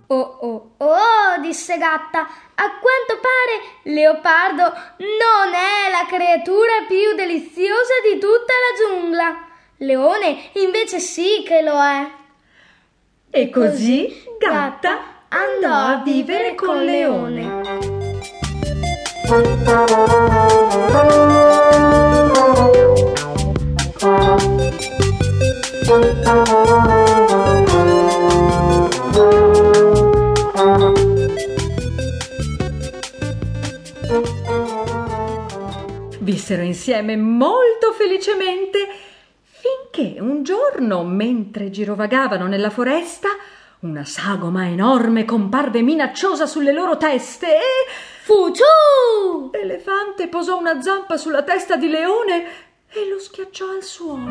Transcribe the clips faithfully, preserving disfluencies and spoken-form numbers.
Oh oh oh, disse Gatta, a quanto pare Leopardo non è la creatura più deliziosa di tutta la giungla. Leone invece sì che lo è. E così Gatta andò a vivere con Leone. Vissero insieme molto felicemente finché un giorno, mentre girovagavano nella foresta, una sagoma enorme comparve minacciosa sulle loro teste e... Fuciù! L'elefante posò una zampa sulla testa di Leone e lo schiacciò al suolo.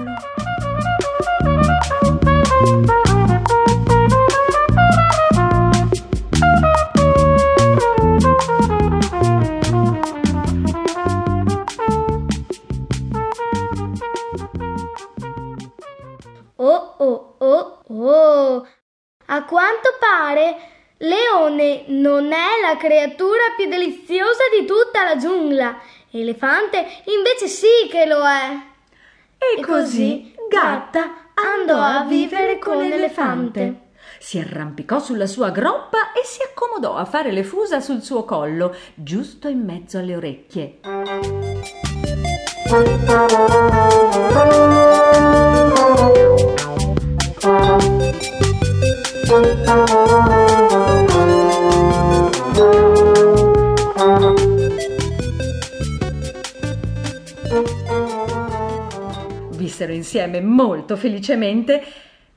Oh oh oh oh, a quanto pare Leone non è la creatura più deliziosa di tutta la giungla. Elefante invece sì che lo è. E, e così Gatta andò a vivere con l'elefante. Si arrampicò sulla sua groppa e si accomodò a fare le fusa sul suo collo, giusto in mezzo alle orecchie. Vissero insieme molto felicemente